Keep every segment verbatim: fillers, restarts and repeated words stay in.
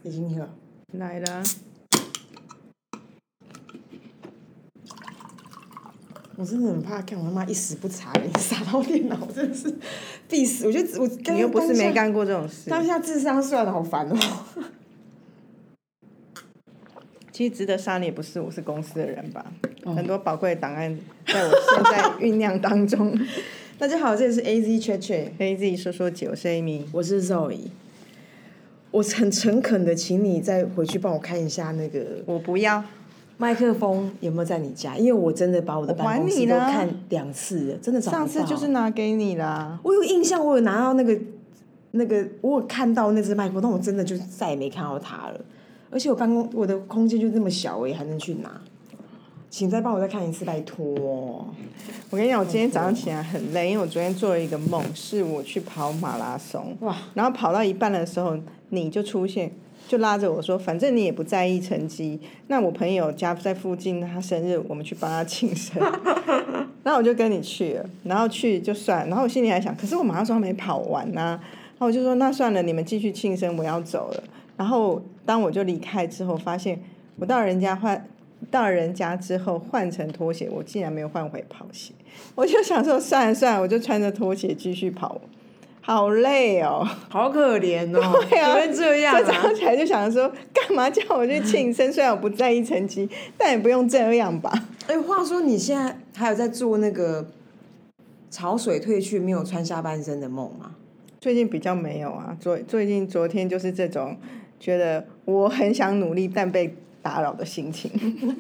已经喝来了。 我真的很怕，看我他妈一时不察言洒到电脑，真的是必死。我觉得我你又不是没干过这种事， 当下智商算了，好烦哦。 其实值得杀你也不是我，是公司的人吧？哦、很多宝贵的档案在我现在酝酿当中。 大家好，这里是 A Z Chat Chat，A Z 说说姐，我是 Amy， 我是 Zoe。我很诚恳的请你再回去帮我看一下那个， 我不要麦克风有没有在你家，因为我真的把我的办公室都看两次了，真的找不到。 上次就是拿给你啦。 我有印象，我有拿到那个那个，我有看到那只麦克风，但我真的就再也没看到它了。而且我办公我的空间就这么小，我也还能去拿。请再帮我再看一次，拜托。 我跟你讲，我今天早上起来很累，因为我昨天做了一个梦，是我去跑马拉松，哇！然后跑到一半的时候，你就出现，就拉着我说，反正你也不在意成绩，那我朋友家在附近，他生日，我们去帮他庆生。然后我就跟你去了，然后去就算，然后我心里还想，可是我马拉松还没跑完啊，然后我就说那算了，你们继续庆生，我要走了。然后当我就离开之后，发现我到人家换。到人家之后换成拖鞋，我竟然没有换回跑鞋，我就想说算了算了，我就穿着拖鞋继续跑，好累哦， 好可怜哦，对啊，怎么这样啊？ 所以早上起来就想说，干嘛叫我去庆生？虽然我不在意成绩，但也不用这样吧。 哎，话说你现在还有在做那个潮水退去没有穿下半身的梦吗？ 最近比较没有啊，昨最近昨天就是这种觉得我很想努力，但被打扰的心情。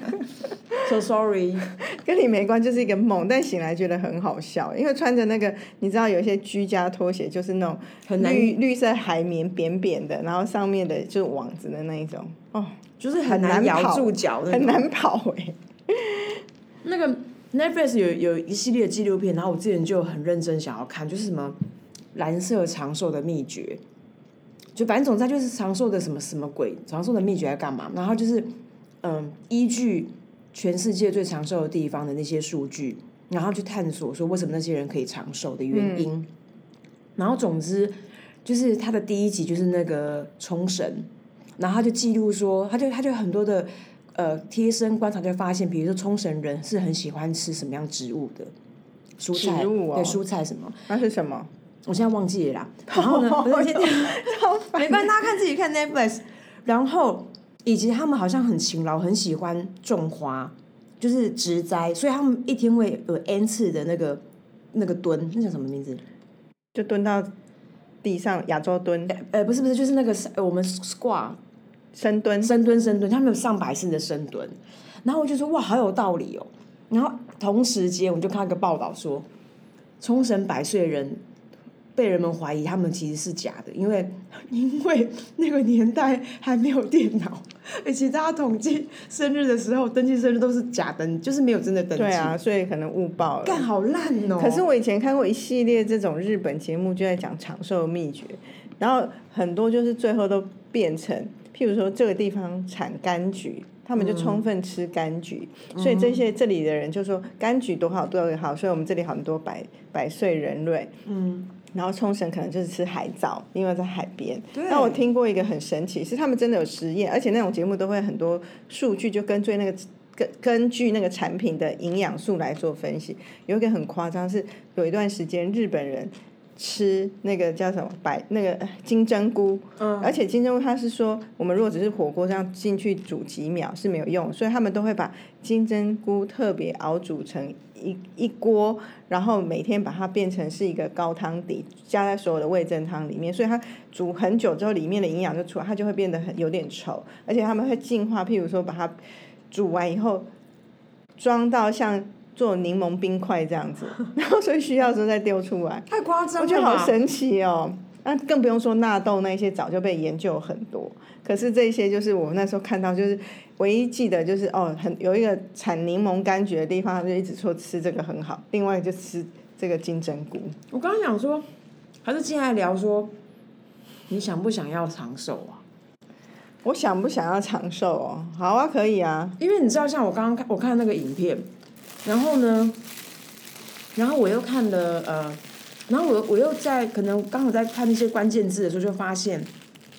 So sorry， 跟你没关，就是一个梦，但醒来觉得很好笑，因为穿着那个，你知道有一些居家拖鞋，就是那种绿绿色海绵扁扁的，然后上面的就是网子的那一种，哦， 就是很难咬住脚， 很难跑哎、欸。 那个 Netflix 有有一系列的纪录片，然后我之前就很认真想要看，就是什么蓝色长寿的秘诀。就反正总之就是长寿的什么什么鬼，长寿的秘诀在干嘛？然后就是，嗯，依据全世界最长寿的地方的那些数据，然后去探索说为什么那些人可以长寿的原因。嗯、然后总之就是他的第一集就是那个冲绳，然后他就记录说，他就他就很多的呃贴身观察就发现，比如说冲绳人是很喜欢吃什么样植物的蔬菜， 植物哦、 对蔬菜什么？ 那是什么？ 我现在忘记了啦，然后呢，我先没关系，大家看自己看 Netflix， 然后以及他们好像很勤劳，很喜欢种花，就是植栽，所以他们一天会有 n 次的那个那个蹲，那叫什么名字？ 就蹲到地上，亚洲蹲。 呃，不是不是，就是那个我们 squat 深蹲， 深蹲深蹲，他们有上百次的深蹲，然后我就说哇，好有道理哦。然后同时间我就看到一个报道说，冲绳百岁人。被人们怀疑他们其实是假的，因为因为那个年代还没有电脑，而且大家统计生日的时候登记生日都是假登，就是没有真的登记。 对啊，所以可能误报了。 干好烂哦！ 可是我以前看过一系列这种日本节目，就在讲长寿秘诀，然后很多就是最后都变成，譬如说这个地方产柑橘。他们就充分吃柑橘，嗯、所以这些这里的人就说柑橘多好多好，所以我们这里很多百百岁人瑞。嗯，然后冲绳可能就是吃海藻，因为在海边。那我听过一个很神奇，是他们真的有实验，而且那种节目都会很多数据，就根据那个根根据那个产品的营养素来做分析。有一个很夸张，是有一段时间日本人。吃那个叫什么白那个金针菇，嗯，而且金针菇它是说，我们如果只是火锅这样进去煮几秒是没有用，所以他们都会把金针菇特别熬煮成一一锅，然后每天把它变成是一个高汤底，加在所有的味噌汤里面，所以它煮很久之后，里面的营养就出来，它就会变得很有点稠，而且他们会进化，譬如说把它煮完以后装到像。做柠檬冰块这样子，然后所以需要的时候再丢出来， 太夸张了， 我觉得好神奇哦。那更不用说纳豆那些早就被研究很多，可是这些就是我那时候看到，就是唯一记得就是哦，很有一个产柠檬柑橘的地方，他就一直说吃这个很好，另外就吃这个金针菇。 我刚刚想说，还是进来聊说，你想不想要长寿啊？ 我想不想要长寿哦？好啊，可以啊。 因为你知道，像我刚刚看我看那个影片。然后呢，然后我又看了呃，然后我我又在可能刚好在看那些关键字的时候，就发现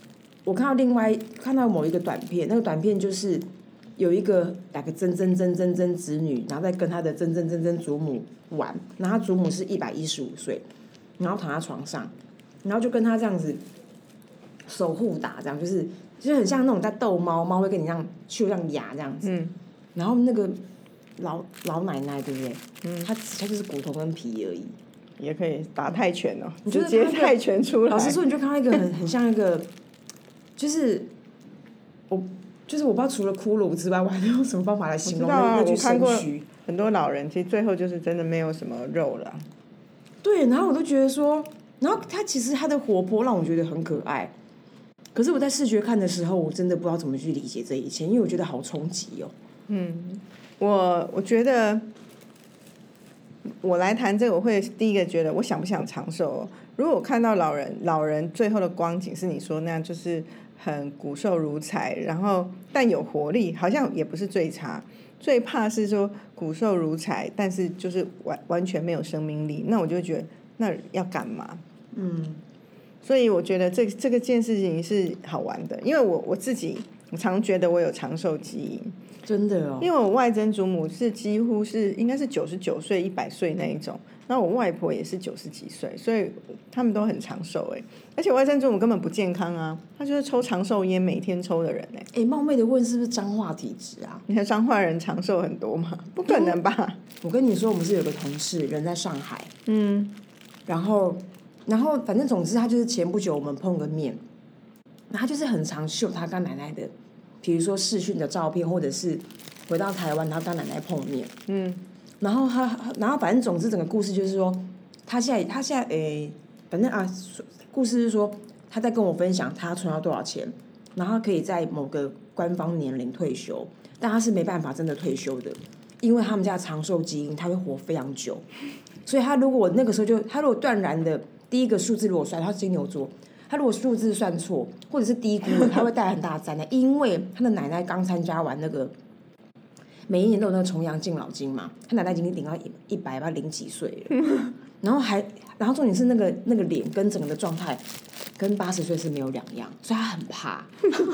我看到另外看到某一个短片，那个短片就是有一个两个曾曾曾曾曾子女，然后再跟他的曾曾曾曾祖母玩，然后他祖母是一百一十五岁，然后躺在床上，然后就跟他这样子手互打，这样就是就是很像那种在逗猫，猫会跟你这样就这样压这样子， 嗯， 然后那个老老奶奶对不对？嗯，她她就是骨头跟皮而已。 也可以打泰拳哦， 你就直接泰拳出来。 老实说，你就看到一个很很像一个，就是我就是我不知道除了骷髅之外，我还能用什么方法来形容那具身躯？ 很多老人其实最后就是真的没有什么肉了。 对，然后我都觉得说，然后他其实他的活泼让我觉得很可爱，可是我在视觉看的时候，我真的不知道怎么去理解这一切，因为我觉得好冲击哦。 嗯，我我觉得。我来谈这个，我会第一个觉得我想不想长寿哦？如果我看到老人老人最后的光景是你说那样，就是很骨瘦如柴，然后但有活力，好像也不是最差。最怕是说骨瘦如柴，但是就是完完全没有生命力，那我就觉得那要干嘛？嗯，所以我觉得这这个件事情是好玩的，因为我我自己我常觉得我有长寿基因。 真的哦， 因为我外曾祖母是几乎是应该是九十九岁、一百岁那一种，然后我外婆也是九十几岁，所以他们都很长寿哎。而且外曾祖母根本不健康啊，她就是抽长寿烟，每天抽的人哎。 哎，冒昧的问，是不是彰化体质啊？ 你看彰化人长寿很多吗？不可能吧？ 我跟你说，我们是有个同事人在上海， 嗯， 然后然后反正总之他就是前不久我们碰个面，他就是很常秀他跟奶奶的。比如说视讯的照片，或者是回到台湾，然后跟奶奶碰面，嗯，然后他，然后反正总之整个故事就是说，他现在他现在诶，反正啊，故事是说他在跟我分享他存到多少钱，然后他可以在某个官方年龄退休，但他是没办法真的退休的，因为他们家长寿基因，他会活非常久，所以他如果那个时候就他如果断然的第一个数字如果算，他是金牛座。他如果数字算错，或者是低估了，他会带来很大的灾难，因为他的奶奶刚参加完那个，每一年都有那个重阳敬老金嘛，他奶奶已经领到一一百吧零几岁了，然后还，然后重点是那个那个脸跟整个的状态，跟八十岁是没有两样，所以他很怕。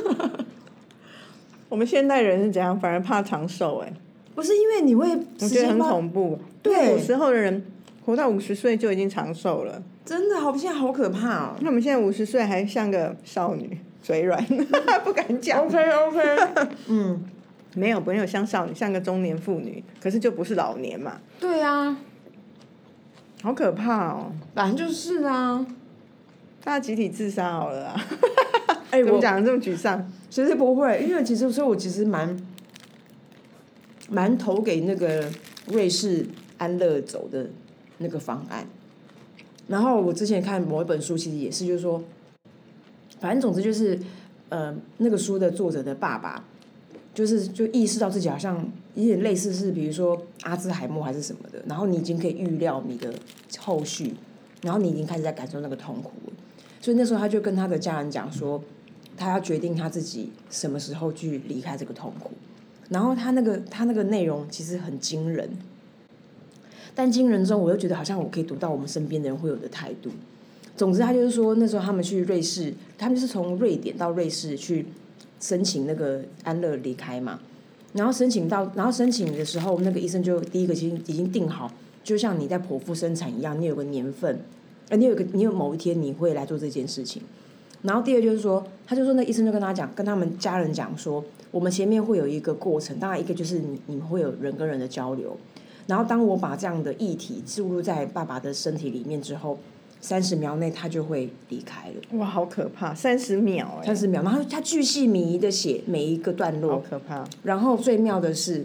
我们现代人是怎样，反而怕长寿哎？ 不是因为你会， 我觉得很恐怖。对，古时候的人活到五十岁就已经长寿了。 真的好，现在好可怕哦！ 那我们现在五十岁还像个少女，嘴软，不敢讲。 OK OK， 嗯， 没有没有像少女，像个中年妇女，可是就不是老年嘛。 对啊， 好可怕哦！ 反正就是啊， 大家集体自杀好了啊！ 哎、欸， 怎么讲得这么沮丧？ 其实不会，因为其实所以我其实蛮蛮投给那个瑞士安乐走的那个方案。然后我之前看某一本书，其实也是，就是说，反正总之就是，呃，那个书的作者的爸爸，就是就意识到自己好像有点类似是，比如说阿兹海默还是什么的，然后你已经可以预料你的后续，然后你已经开始在感受那个痛苦了，所以那时候他就跟他的家人讲说，他要决定他自己什么时候去离开这个痛苦，然后他那个他那个内容其实很惊人。但惊人中，我又觉得好像我可以读到我们身边的人会有的态度。总之，他就是说，那时候他们去瑞士，他们就是从瑞典到瑞士去申请那个安乐离开嘛。然后申请到，然后申请的时候，那个医生就第一个其实已经定好，就像你在剖腹生产一样，你有个年份，呃，你有个你有某一天你会来做这件事情。然后第二就是说，他就说那医生就跟他讲，跟他们家人讲说，我们前面会有一个过程，当然一个就是你你们会有人跟人的交流。然后当我把这样的议题注入在爸爸的身体里面之后，三十秒内他就会离开了。 哇，好可怕！三十秒哎， 三十秒，然后他巨细靡遗的写每一个段落， 好可怕。 然后最妙的是，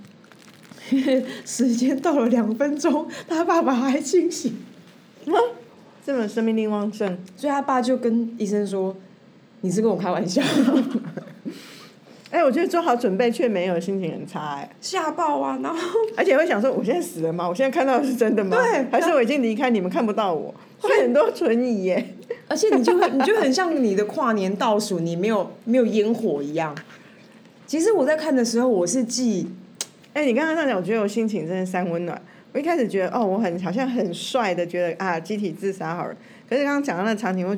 时间到了两分钟，他爸爸还清醒， 这么生命力旺盛， 所以他爸就跟医生说：“你是跟我开玩笑。” 哎、欸，我觉得做好准备却没有，心情很差哎、欸， 吓爆啊！然后而且会想说，我现在死了吗？我现在看到的是真的吗？ 对， 还是我已经离开，你们看不到我？会很多存疑耶。 而且你就会，你就很像你的跨年倒数，你没有没有烟火一样。其实我在看的时候，我是既， 哎、欸，你刚刚这样讲，我觉得我心情真的三温暖。我一开始觉得，哦，我很好像很帅的，觉得啊，集体自杀好了。可是刚刚讲到那个场景，我觉得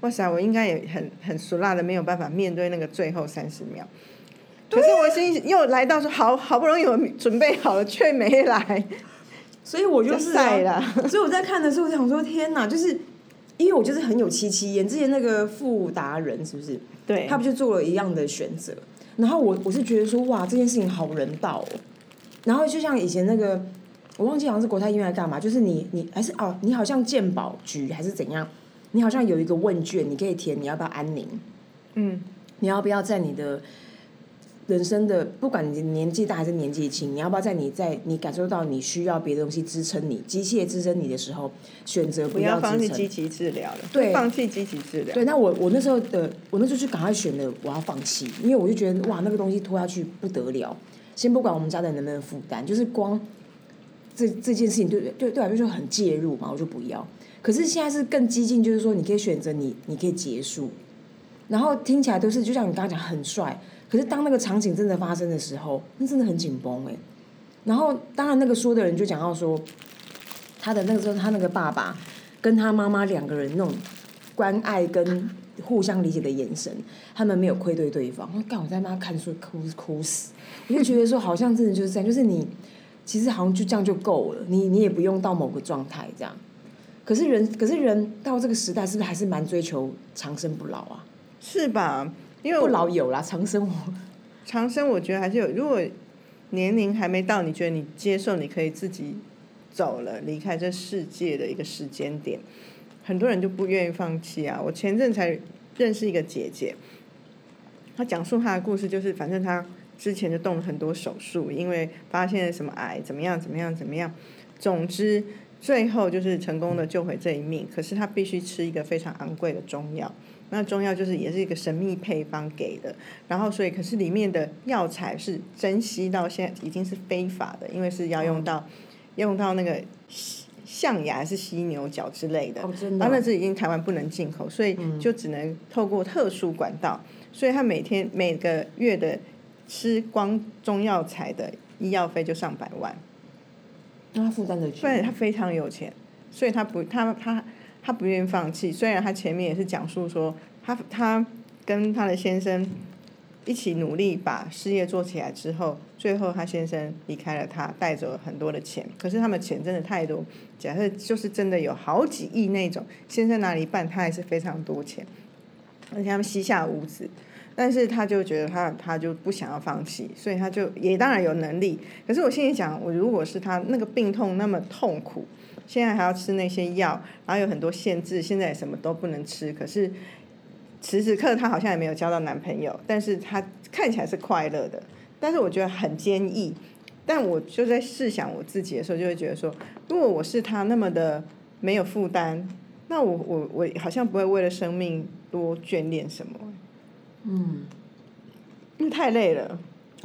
哇塞，我应该也很很俗辣的没有办法面对那个最后三十秒。可是我心又来到说好好不容易我准备好了，却没来， 所以我就是晒啦。 所以我在看的时候，我想说天哪，就是因为我就是很有戚戚焉。之前那个傅达人是不是？ 对， 他不就做了一样的选择？然后我我是觉得说哇，这件事情好人道哦。然后就像以前那个，我忘记好像是国泰医院来干嘛，就是你你还是哦，你好像健保局还是怎样，你好像有一个问卷，你可以填你要不要安宁， 嗯， 你要不要在你的人生的不管你年纪大还是年纪轻，你要不要在你在你感受到你需要别的东西支撑你，机械支撑你的时候，选择不要支撑， 放弃积极治疗了， 对， 放弃积极治疗。 对，那我我那时候的我那时候就赶快选了我要放弃，因为我就觉得哇那个东西拖下去不得了，先不管我们家的人能不能负担，就是光这这件事情对对对我来说很介入嘛，我就不要。可是现在是更激进，就是说你可以选择你你可以结束，然后听起来都是就像你刚刚讲很帅。可是当那个场景真的发生的时候，那真的很紧绷哎。然后当然那个说的人就讲到说，他的那个时候他那个爸爸跟他妈妈两个人那种关爱跟互相理解的眼神，他们没有愧对对方。我干我在那看书哭哭死，我就觉得说好像真的就是这样，就是你其实好像就这样就够了，你你也不用到某个状态这样。可是人可是人到这个时代是不是还是蛮追求长生不老啊？ 是吧？因为不老有啦，长生活。 长生我觉得还是有，如果年龄还没到，你觉得你接受你可以自己走了，离开这世界的一个时间点，很多人就不愿意放弃啊。我前阵才认识一个姐姐，她讲述她的故事，就是反正她之前就动了很多手术，因为发现了什么癌，怎么样怎么样怎么样，总之最后就是成功的救回这一命。可是她必须吃一个非常昂贵的中药。那中药就是也是一个神秘配方给的，然后所以可是里面的药材是珍稀到现在已经是非法的，因为是要用到、嗯、用到那个象牙还是犀牛角之类的， 哦真的， 然后那是已经台湾不能进口，所以就只能透过特殊管道，嗯、所以他每天每个月的吃光中药材的医药费就上百万， 那他负担得起？ 对，他非常有钱，所以他不他他。他不愿意放弃，虽然他前面也是讲述说他他跟他的先生一起努力把事业做起来之后，最后他先生离开了他，带走了很多的钱，可是他们钱真的太多，假设就是真的有好几亿那种，先生拿了一半，他还是非常多钱，而且他们膝下无子，但是他就觉得他他就不想要放弃，所以他就也当然有能力，可是我心里想，我如果是他那个病痛那么痛苦，现在还要吃那些药，然后有很多限制，现在也什么都不能吃。可是此时刻她好像也没有交到男朋友，但是她看起来是快乐的，但是我觉得很坚毅。但我就在试想我自己的时候，就会觉得说，如果我是她那么的没有负担，那我我我好像不会为了生命多眷恋什么。 嗯， 因为太累了，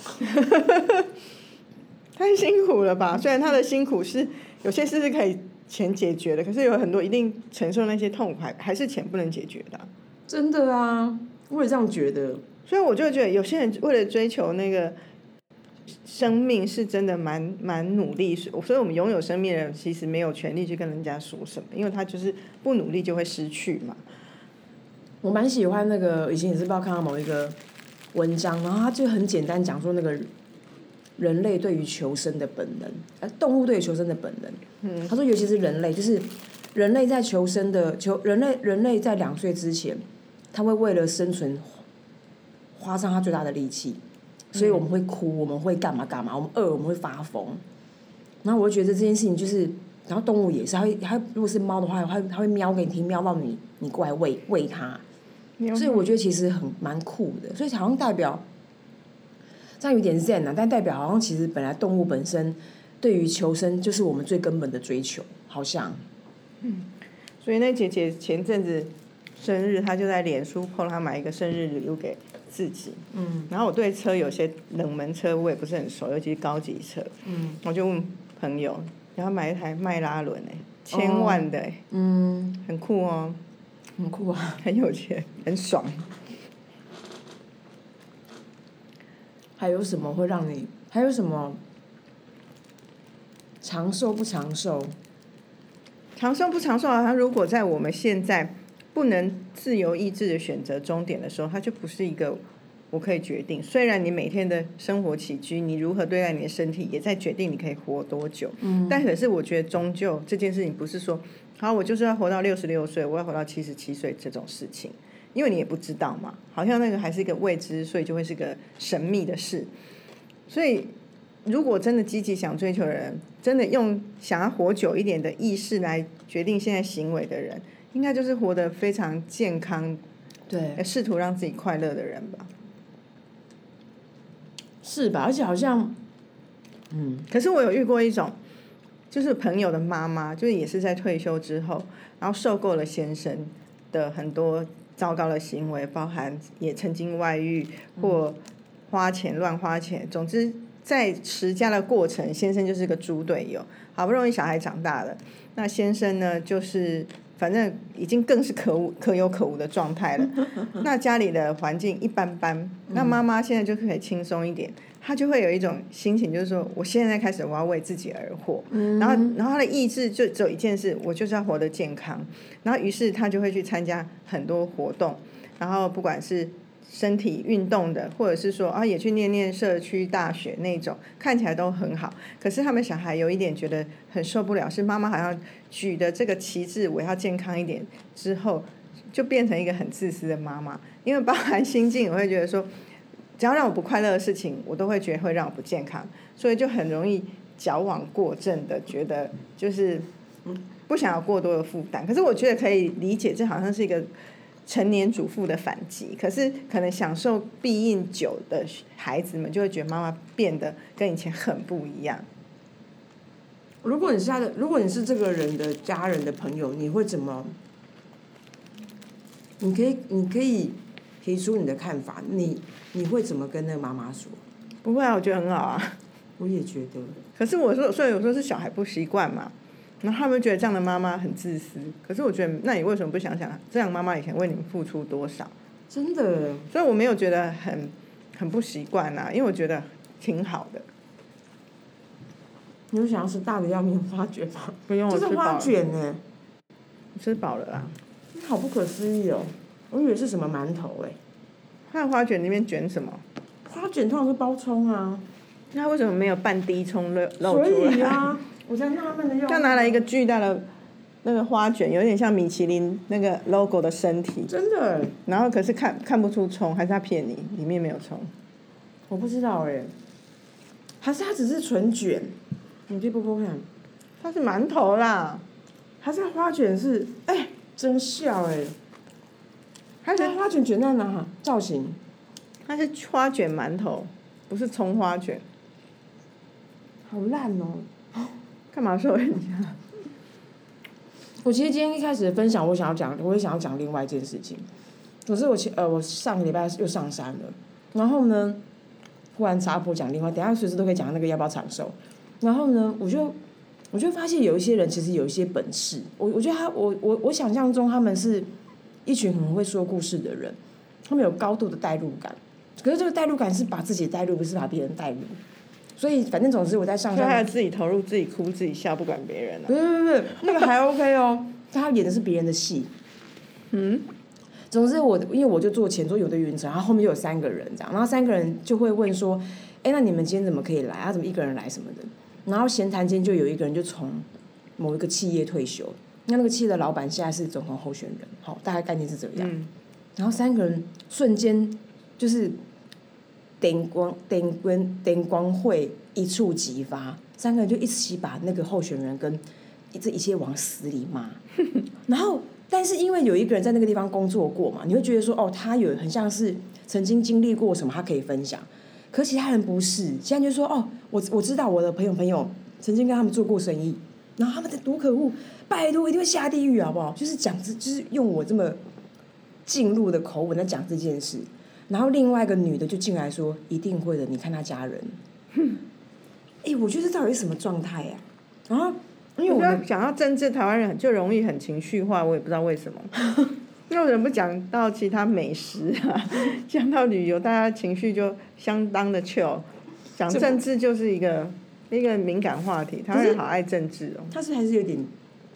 太辛苦了吧？虽然她的辛苦是有些事是可以钱解决的，可是有很多一定承受那些痛苦，还是钱不能解决的、啊。 真的啊，我也这样觉得。 所以我就觉得有些人为了追求那个生命，是真的蛮蛮努力。所以我们拥有生命的人，其实没有权利去跟人家说什么，因为他就是不努力就会失去嘛。 我蛮喜欢那个，以前也是不知道看到某一个文章，然后他就很简单讲说那个人类对于求生的本能，呃，动物对于求生的本能。嗯，他说尤其是人类，就是人类在求生的求人类人类在两岁之前，他会为了生存花上他最大的力气，所以我们会哭，我们会干嘛干嘛，我们饿，我们会发疯。然后我就觉得这件事情就是，然后动物也是，它会它如果是猫的话，它它会喵给你听，喵到你你过来喂喂它。所以我觉得其实很蛮酷的，所以好像代表这样有点 zen 啊，但代表好像其实本来动物本身对于求生就是我们最根本的追求，好像。 嗯，所以那姐姐前阵子生日，她就在脸书 po 她买一个生日礼物给自己。嗯，然后我对车有些冷门车我也不是很熟，尤其是高级车。嗯，我就问朋友，然后买一台迈拉伦哎、欸，千万的哎、欸，嗯，很酷哦。 很酷啊， 很有钱，很爽。 还有什么会让你？还有什么长寿不长寿？ 长寿不长寿啊？它如果在我们现在不能自由意志的选择终点的时候，它就不是一个我可以决定。虽然你每天的生活起居，你如何对待你的身体，也在决定你可以活多久。嗯，但可是我觉得终究这件事情不是说，好，我就是要活到六十六岁，我要活到七十七岁这种事情，因为你也不知道嘛，好像那个还是一个未知，所以就会是个神秘的事。所以如果真的积极想追求的人，真的用想要活久一点的意识来决定现在行为的人，应该就是活得非常健康， 对， 试图让自己快乐的人吧。 是吧？而且好像，嗯， 可是我有遇过一种，就是朋友的妈妈，就是也是在退休之后，然后受够了先生的很多糟糕的行为，包含也曾经外遇或花钱乱花钱，总之在持家的过程，先生就是个猪队友。好不容易小孩长大了，那先生呢，就是反正已经更是可恶可有可无的状态了。那家里的环境一般般，那妈妈现在就可以轻松一点，她就会有一种心情，就是说我现在开始我要为自己而活，然后然后她的意志就只有一件事，我就是要活得健康。然后于是她就会去参加很多活动，然后不管是身体运动的，或者是说啊也去念念社区大学那种，看起来都很好。可是他们小孩有一点觉得很受不了，是妈妈好像举的这个旗帜我要健康一点之后，就变成一个很自私的妈妈。因为包含心境，我会觉得说，只要让我不快乐的事情，我都会觉得会让我不健康，所以就很容易矫枉过正的觉得就是不想要过多的负担。可是我觉得可以理解，这好像是一个成年主妇的反击。可是可能享受避孕久的孩子们就会觉得妈妈变得跟以前很不一样。 如果你是他的，如果你是这个人的家人的朋友，你会怎么？你可以，你可以提出你的看法，你你会怎么跟那个妈妈说？ 不会啊，我觉得很好啊。 我也觉得。 可是我说，所以有时候是小孩不习惯嘛。然后他们觉得这样的妈妈很自私，可是我觉得，那你为什么不想想，这样妈妈以前为你们付出多少？ 真的， 所以我没有觉得很很不习惯啊，因为我觉得挺好的。 你有想要吃大的要命花卷吗？ 不用， 这是花卷呢、欸。 吃饱了啦。 好不可思议哦！我以为是什么馒头哎、欸。 它的花卷里面卷什么？ 花卷通常是包葱啊。 那为什么没有半滴葱露露出来？ 所以啊。我在纳闷的要。 他拿了一个巨大的那个花卷，有点像米其林那个 logo 的身体。 真的。 然后可是看看不出葱，还是他骗你，里面没有葱？ 我不知道哎、欸。还是他只是纯卷？你去剥剥看。 它是馒头啦。 还是花卷是？哎、欸，真笑哎、欸。还是花卷卷在哪？造型。 它是花卷馒头，不是葱花卷。 好烂哦！ 干嘛说人家？ 我其实今天一开始的分享，我想要讲，我也想要讲另外一件事情。可是我前呃，我上个礼拜又上山了，然后呢，忽然插播讲另外，等一下随时都可以讲那个要不要长寿。然后呢，我就我就发现有一些人其实有一些本事，我我觉得他我我我想象中他们是一群很会说故事的人，他们有高度的代入感。可是这个代入感是把自己代入，不是把别人代入。所以反正总之我在上山， 他自己投入、自己哭、自己笑，不管别人、啊。 不是不是不是，那个还 OK 哦，他演的是别人的戏。 嗯。 总之我因为我就坐前桌有的云层，然后后面就有三个人这样，然后三个人就会问说，哎，那你们今天怎么可以来？啊，怎么一个人来什么的？然后闲谈间就有一个人就从某一个企业退休，那那个企业的老板现在是总统候选人，好，大概概念是这样。嗯、然后三个人瞬间就是灯光灯光灯光会一触即发，三个人就一起把那个候选人跟这一切往死里骂，然后。但是因为有一个人在那个地方工作过嘛，你会觉得说哦，他有很像是曾经经历过什么，他可以分享。可其他人不是，现在就说哦，我我知道我的朋友朋友曾经跟他们做过生意，然后他们在多可恶，拜托一定会下地狱好不好？就是讲就是用我这么进入的口吻在讲这件事，然后另外一个女的就进来说一定会的，你看他家人。哎、欸，我觉得这到底是什么状态呀？然后。因为我们讲到政治，台湾人就容易很情绪化，我也不知道为什么。那为什么不讲到其他美食啊？讲到旅游，大家情绪就相当的 chill。讲政治就是一个一个敏感话题，台湾人好爱政治哦。 他是还是有点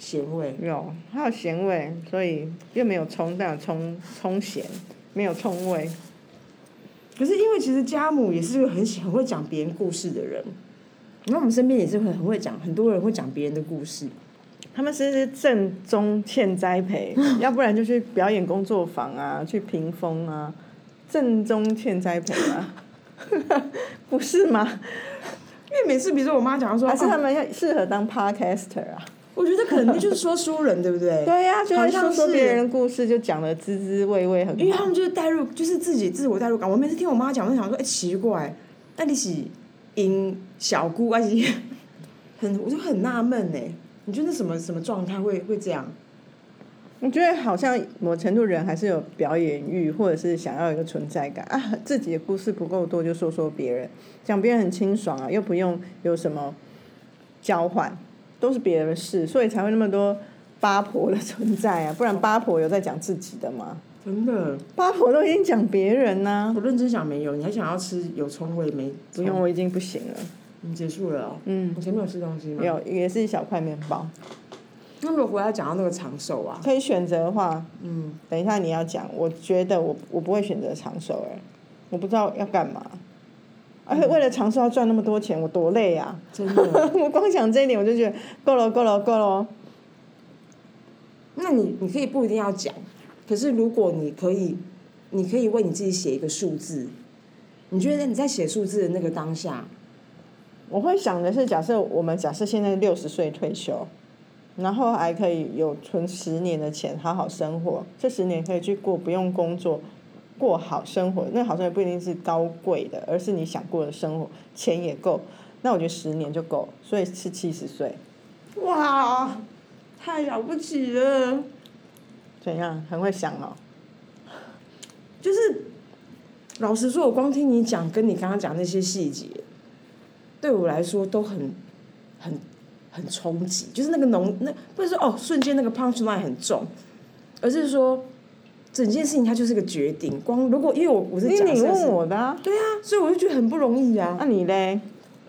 咸味。 有，它有咸味，所以又没有葱，但有葱葱咸，没有葱味。 可是因为其实家母也是个很喜很会讲别人故事的人，然后我们身边也是很很会讲，很多人会讲别人的故事。 他们是正宗欠栽培，要不然就去表演工作坊啊，去屏风啊，正宗欠栽培啊，不是吗？ 因为每次比如说我妈讲说， 还是他们要适合当 podcaster 啊？ 我觉得肯定就是说书人，对不对？ 对呀、啊，就会好像是说说别人的故事，就讲的滋滋味味很好。 因为他们就是带入，就是自己自我带入感。我每次听我妈讲，我就想说，哎、欸，奇怪，那你是因小姑还是很，我就很纳闷哎。你觉得什么什么状态会会这样？ 我觉得好像某程度人还是有表演欲，或者是想要有一个存在感啊。自己的故事不够多，就说说别人，讲别人很清爽啊，又不用有什么交换，都是别人的事，所以才会那么多八婆的存在啊。不然八婆有在讲自己的吗？ 真的， 八婆都已经讲别人呐、啊。 我认真想没有，你还想要吃有葱味没？ 不用，我已经不行了。 你结束了哦。 嗯。 你前面有吃东西吗？ 有，也是一小块面包。 那如果回来讲到那个长寿啊， 可以选择的话， 嗯， 等一下你要讲，我觉得我我不会选择长寿哎，我不知道要干嘛，而且为了长寿要赚那么多钱，我多累啊！ 真的， 我光想这一点我就觉得够了够了够了。 那你你可以不一定要讲，可是如果你可以，你可以为你自己写一个数字，你觉得你在写数字的那个当下， 我会想的是，假设我们假设现在六十岁退休。然后还可以有存十年的钱，好好生活。这十年可以去过不用工作，过好生活。那好生活不一定是高贵的，而是你想过的生活，钱也够。那我觉得十年就够，所以是七十岁。 哇，太了不起了！ 怎样？很会想哦。 就是老实说，我光听你讲，跟你刚刚讲那些细节，对我来说都很很。很冲击，就是那个浓，那不是说哦，瞬间那个 punch line 很重，而是说整件事情它就是个决定。光如果因为我我是假设是， 你问我的啊， 对啊，所以我就觉得很不容易啊。 那、啊、你嘞？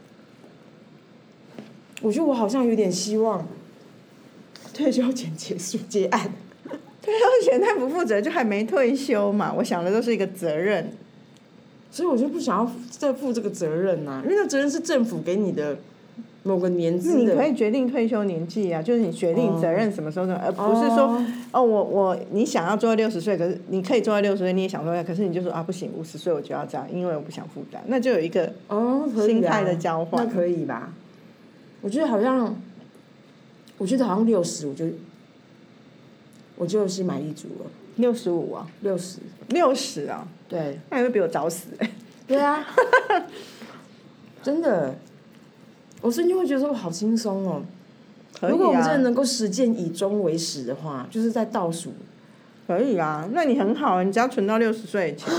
我觉得我好像有点希望退休前结束结案。 退休前太不负责，就还没退休嘛。我想的都是一个责任， 所以我就不想要再负这个责任啊，因为那责任是政府给你的。某个年资的， 你可以决定退休年纪啊，就是你决定责任什么时候，而不是说哦，哦我我你想要做到六十岁，可是你可以做到六十岁，你也想做到，可是你就说啊不行，五十岁我就要这样，因为我不想负担，那就有一个哦心态的交换、 哦啊，那可以吧？我觉得好像，我觉得好像六十，我就我就心满意足了。 六十五啊， 六十， 六十啊， 对， 那你会比我早死哎、欸。 对啊，真的。我瞬间会觉得说好轻松哦、 可以啊， 如果我们真的能够实践以终为始的话，就是在倒数。 可以啊，那你很好，你只要存到六十岁前，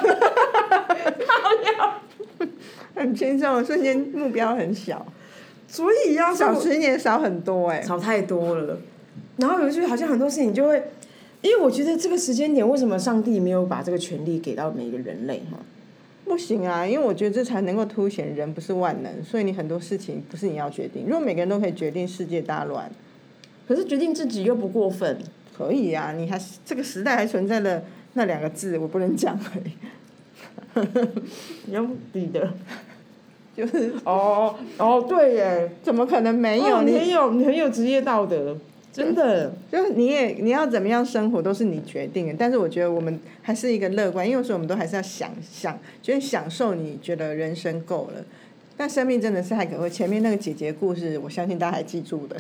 很轻松，瞬间目标很小。 所以要少十年少很多哎、欸， 少太多了。然后有句好像很多事情就会，因为我觉得这个时间点，为什么上帝没有把这个权利给到每个人类哈？ 不行啊，因为我觉得这才能够凸显人不是万能，所以你很多事情不是你要决定。如果每个人都可以决定，世界大乱。 可是决定自己又不过分。 可以啊，你还这个时代还存在的那两个字，我不能讲而已。 你要比的， 就是哦哦对耶， 怎么可能没有？ 哦、你很有你很有职业道德。真的， 就是你也你要怎么样生活都是你决定的，但是我觉得我们还是一个乐观，因为有时候我们都还是要想想，觉得享受，你觉得人生够了，但生命真的是太可贵。前面那个姐姐故事，我相信大家还记住的。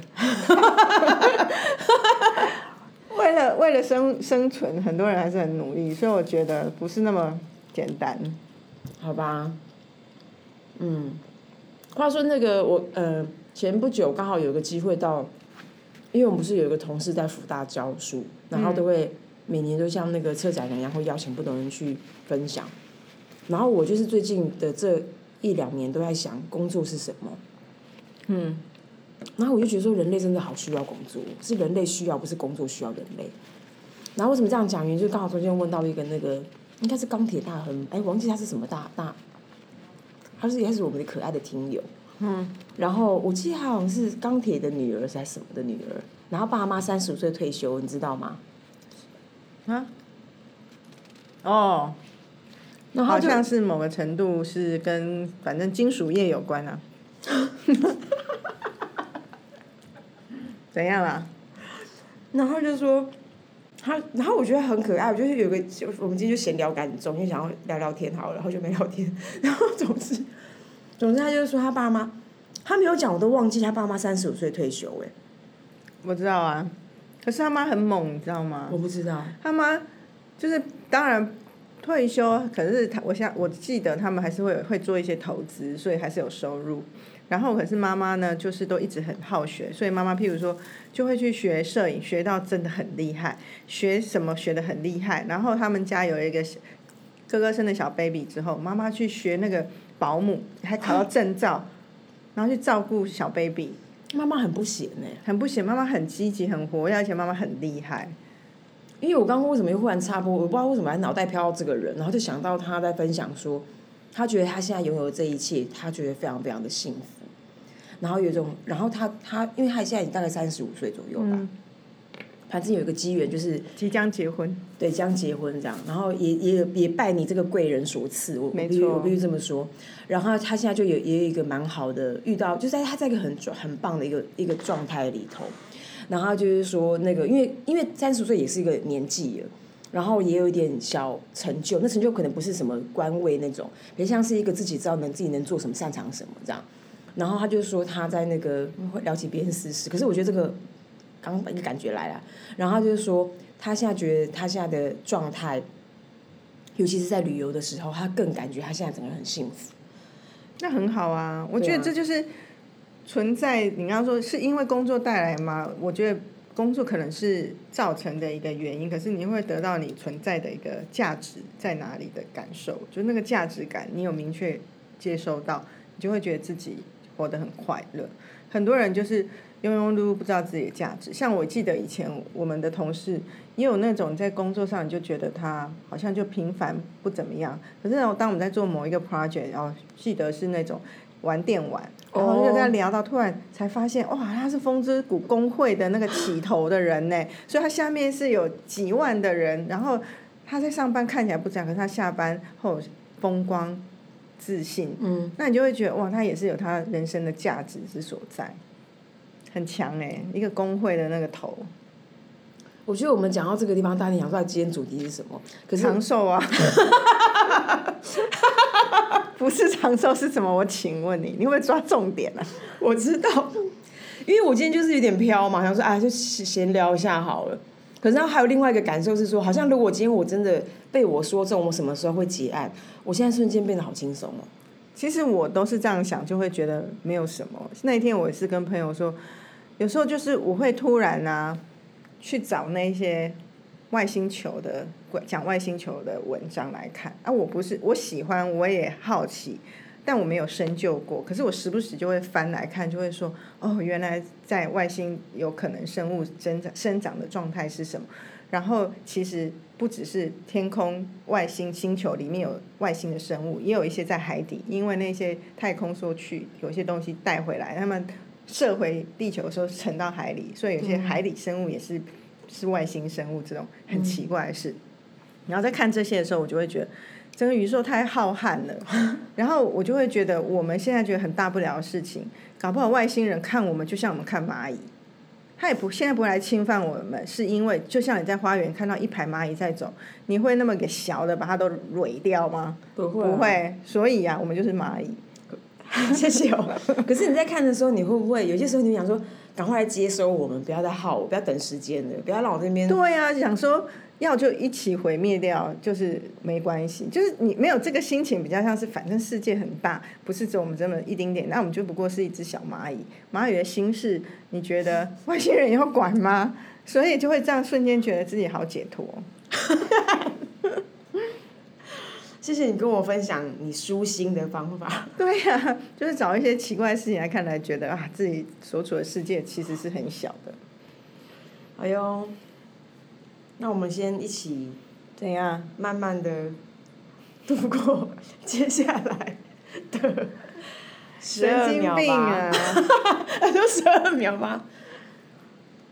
为了为了生生存，很多人还是很努力，所以我觉得不是那么简单。 好吧，嗯，话说那个我呃前不久刚好有个机会到。因为我们不是有一个同事在辅大教书，然后都会每年都像那个策展人一样，会邀请不同人去分享。然后我就是最近的这一两年都在想工作是什么，嗯，然后我就觉得说人类真的好需要工作，是人类需要，不是工作需要人类。然后为什么这样讲？原因就刚好中间问到一个那个应该是钢铁大亨，哎，忘记他是什么大大，他是也是我们的可爱的听友。嗯，然后我记得他好像是钢铁的女儿还是什么的女儿， 然后爸妈三十五岁退休，你知道吗？ 啊？哦， 然后好像是某个程度是跟反正金属业有关啊。怎样啦？ 然后就说他，然后我觉得很可爱，我觉得有个，我们今天就闲聊感重，就想要聊聊天好了，然后就没聊天。然后总之，总之他就是说他爸妈，他没有讲，我都忘记他爸妈三十五岁退休哎。 我知道啊，可是他妈很猛，你知道吗？ 我不知道。 他妈就是当然退休，可是他我想我记得他们还是会会做一些投资，所以还是有收入。然后可是妈妈呢，就是都一直很好学，所以妈妈譬如说就会去学摄影，学到真的很厉害，学什么学得很厉害。然后他们家有一个哥哥生的小 baby 之后，妈妈去学那个保姆，还考到证照，然后去照顾小 baby。 妈妈很不闲哎、欸， 很不闲，妈妈很积极很活跃，而且妈妈很厉害。 因为我刚刚为什么又忽然插播，我不知道为什么脑袋飘到这个人，然后就想到他在分享说，他觉得他现在拥有的这一切，他觉得非常非常的幸福。然后有一种，然后他他，因为他现在已经大概三十五岁左右吧，嗯、反正有一个机缘就是即将结婚， 对，将结婚这样，然后也也也拜你这个贵人所赐，我没错， 我必须这么说。然后他现在就有也有一个蛮好的，遇到就在他在一个很很棒的一个一个状态里头，然后就是说那个，因为因为三十岁也是一个年纪了。然后也有一点小成就，那成就可能不是什么官位那种，比较像是一个自己知道能自己能做什么、擅长什么这样。然后他就说他在那个会聊起别人私事，可是我觉得这个刚一个感觉来了。然后他就是说他现在觉得他现在的状态，尤其是在旅游的时候，他更感觉他现在整个人很幸福。 那很好啊，我觉得这就是存在。你刚刚说是因为工作带来吗？我觉得工作可能是造成的一个原因，可是你会得到你存在的一个价值在哪里的感受，就那个价值感，你有明确接收到，你就会觉得自己活得很快乐。很多人就是庸庸碌碌不知道自己的价值，像我记得以前我们的同事也有那种在工作上你就觉得他好像就平凡不怎么样，可是当我们在做某一个 project， 然后记得是那种玩电玩，然后就跟他聊到，突然才发现哇，他是风之谷工会的那个起头的人呢，所以他下面是有几万的人，然后他在上班看起来不这样，可是他下班后风光自信，嗯，那你就会觉得哇，他也是有他人生的价值之所在，很强哎，一个工会的那个头。 我觉得我们讲到这个地方，大家想说今天主题是什么？可是长寿啊，不是长寿是什么？我请问你，你会不会抓重点啊？ 我知道，因为我今天就是有点飘嘛，想说啊，就闲聊一下好了。可是还有另外一个感受是说，好像如果今天我真的被我说中，我什么时候会结案？我现在瞬间变得好轻松哦。 其实我都是这样想，就会觉得没有什么。那一天我也是跟朋友说，有时候就是我会突然啊去找那些外星球的讲外星球的文章来看啊，我不是我喜欢，我也好奇。但我没有深究过，可是我时不时就会翻来看，就会说哦，原来在外星有可能生物生长生长的状态是什么？然后其实不只是天空外星星球里面有外星的生物，也有一些在海底，因为那些太空梭去有些东西带回来，他们射回地球的时候沉到海里，所以有些海底生物也是、嗯、是外星生物，这种很奇怪的事。嗯、然后在看这些的时候，我就会觉得。整个宇宙太浩瀚了，然后我就会觉得我们现在觉得很大不了的事情，搞不好外星人看我们就像我们看蚂蚁，他也不现在不会来侵犯我们，是因为就像你在花园看到一排蚂蚁在走，你会那么给小的把它都蕊掉吗？ 不会、啊， 不会。所以啊，我们就是蚂蚁。 谢谢哦。可是你在看的时候，你会不会有些时候你想说，赶快来接收我们，不要再耗我，不要等时间了，不要让我这边。 对啊，想说。要就一起毁灭掉，就是没关系，就是你没有这个心情，比较像是反正世界很大，不是只有我们这么一丁点，那我们就不过是一只小蚂蚁。蚂蚁的心事，你觉得外星人要管吗？所以就会这样瞬间觉得自己好解脱。 谢谢你跟我分享你舒心的方法。 对呀、啊，就是找一些奇怪的事情来看，来觉得啊，自己所处的世界其实是很小的。 哎呦。那我们先一起怎样慢慢的度过接下来的十二秒吧。神经病啊！就十二秒吧。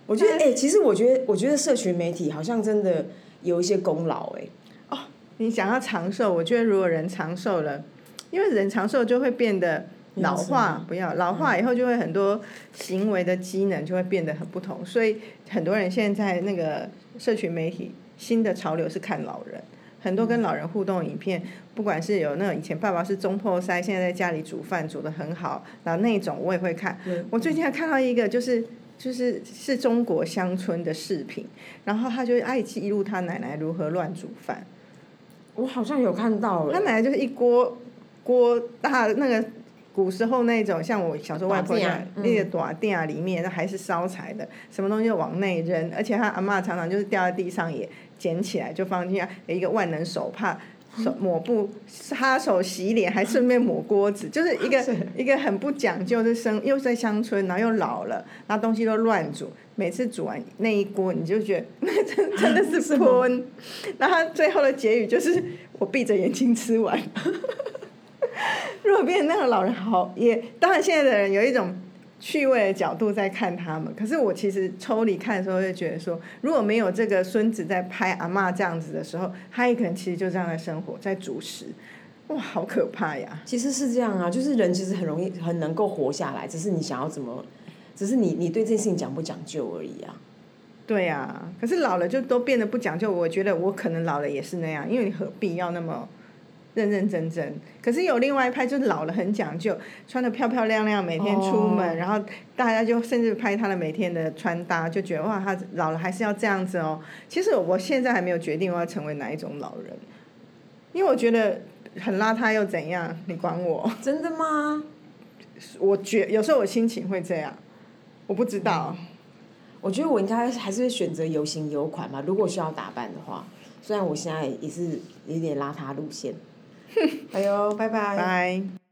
我觉得哎、欸，其实我觉得我觉得社群媒体好像真的有一些功劳哎、欸。 哦，你想要长寿，我觉得如果人长寿了，因为人长寿就会变得老化，不要老化以后就会很多行为的机能就会变得很不同，所以很多人现在那个社群媒体新的潮流是看老人。很多跟老人互动的影片，不管是有那种以前爸爸是中破塞，现在在家里煮饭煮得很好，然后那种我也会看。我最近还看到一个就是就是是中国乡村的视频，然后他就爱记录他奶奶如何乱煮饭。 我好像有看到， 他奶奶就是一锅锅大那个。古时候那种像我小时候外婆家那个大店里面还是烧柴的，什么东西就往内扔，而且他阿嬷常常就是掉在地上也捡起来就放进去，一个万能手帕手抹布擦手洗脸，还顺便抹锅子，就是一个一个很不讲究的生，又在乡村，然后又老了，然后东西都乱煮，每次煮完那一锅你就觉得那真真的是喷，然后最后的结语就是我闭着眼睛吃完。如果变成那个老人好，也当然现在的人有一种趣味的角度在看他们，可是我其实抽离看的时候就觉得说，如果没有这个孙子在拍阿嬷这样子的时候，他也可能其实就这样在生活，在煮食，哇，好可怕呀！ 其实是这样啊，就是人其实很容易很能够活下来，只是你想要怎么，只是你你对这件事情讲不讲究而已啊。 对啊，可是老了就都变得不讲究，我觉得我可能老了也是那样，因为你何必要那么认认真真？可是有另外一派就是老了很讲究，穿得漂漂亮亮，每天出门， oh. 然后大家就甚至拍他的每天的穿搭，就觉得哇，他老了还是要这样子哦。其实我现在还没有决定我要成为哪一种老人，因为我觉得很邋遢又怎样？你管我？ 真的吗？ 我觉有时候我心情会这样，我不知道。 嗯、我觉得我应该还是会选择有型有款吧，如果需要打扮的话。虽然我现在也是有点邋遢路线。哎呦，拜拜。 拜。